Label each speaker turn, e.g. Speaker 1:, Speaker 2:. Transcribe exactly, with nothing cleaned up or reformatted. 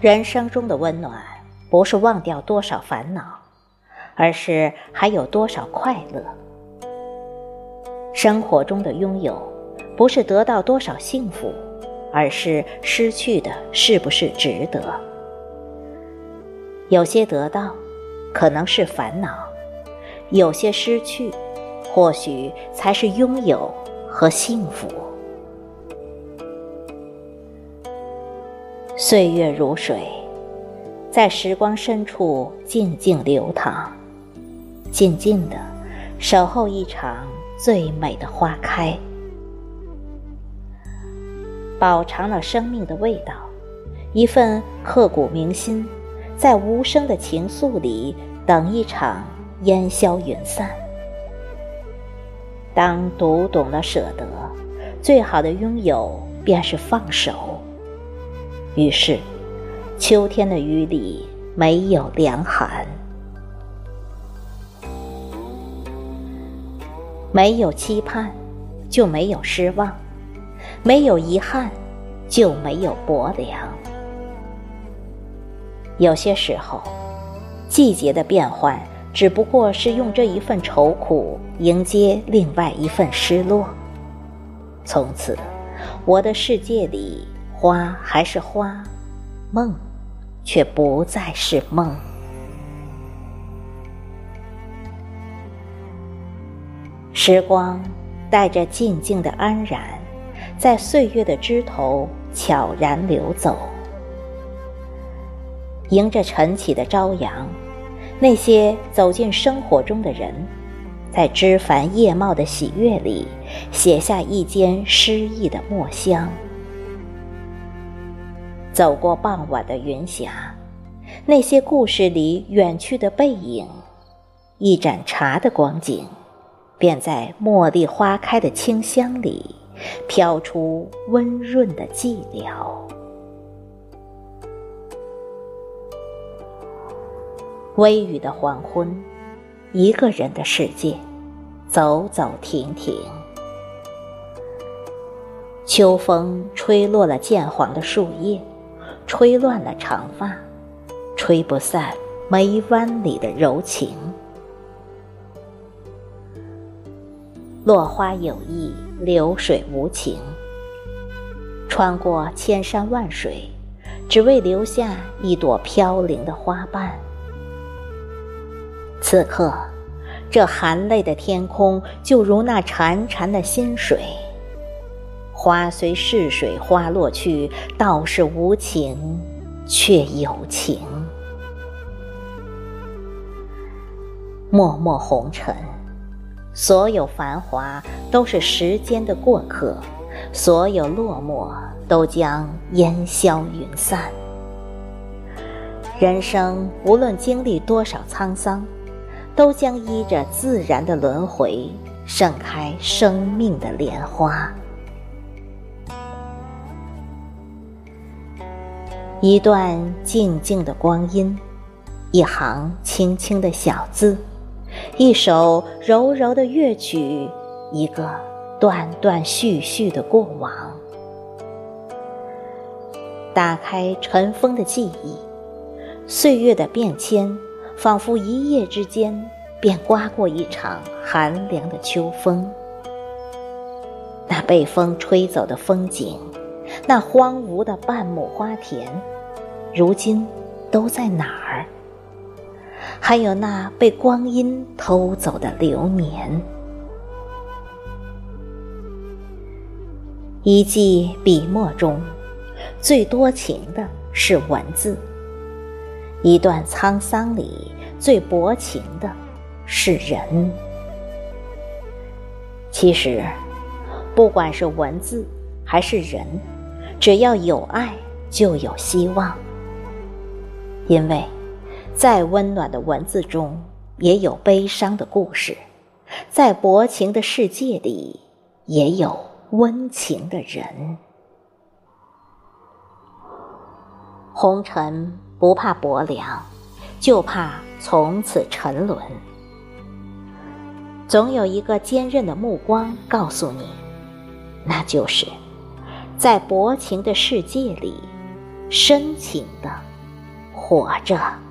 Speaker 1: 人生中的温暖，不是忘掉多少烦恼，而是还有多少快乐。生活中的拥有，不是得到多少幸福，而是失去的是不是值得。有些得到，可能是烦恼；有些失去，或许才是拥有和幸福。岁月如水，在时光深处静静流淌，静静地守候一场最美的花开，饱尝了生命的味道，一份刻骨铭心，在无声的情愫里等一场烟消云散。当读懂了舍得，最好的拥有便是放手。于是秋天的雨里没有凉寒，没有期盼就没有失望，没有遗憾就没有薄凉。有些时候，季节的变换只不过是用这一份愁苦迎接另外一份失落。从此，我的世界里花还是花，梦却不再是梦。时光带着静静的安然，在岁月的枝头悄然流走。迎着晨起的朝阳，那些走进生活中的人，在枝繁叶茂的喜悦里写下一间诗意的墨香。走过傍晚的云霞，那些故事里远去的背影，一盏茶的光景，便在茉莉花开的清香里飘出温润的寂寥。微雨的黄昏，一个人的世界，走走停停。秋风吹落了渐黄的树叶，吹乱了长发，吹不散眉弯里的柔情。落花有意，流水无情，穿过千山万水，只为留下一朵飘零的花瓣。此刻，这含泪的天空就如那潺潺的薪水，花虽逝水花落去，道是无情却有情。脉脉红尘，所有繁华都是时间的过客，所有落寞都将烟消云散。人生无论经历多少沧桑，都将依着自然的轮回，盛开生命的莲花。一段静静的光阴，一行轻轻的小字，一首柔柔的乐曲，一个断断续续的过往。打开尘封的记忆，岁月的变迁仿佛一夜之间便刮过一场寒凉的秋风。那被风吹走的风景，那荒芜的半亩花田，如今都在哪儿？还有那被光阴偷走的流年。一记笔墨中，最多情的是文字；一段沧桑里，最薄情的是人。其实，不管是文字还是人，只要有爱，就有希望。因为再温暖的文字中，也有悲伤的故事；在薄情的世界里，也有温情的人。红尘不怕薄凉，就怕从此沉沦。总有一个坚韧的目光告诉你，那就是在薄情的世界里，深情的活着。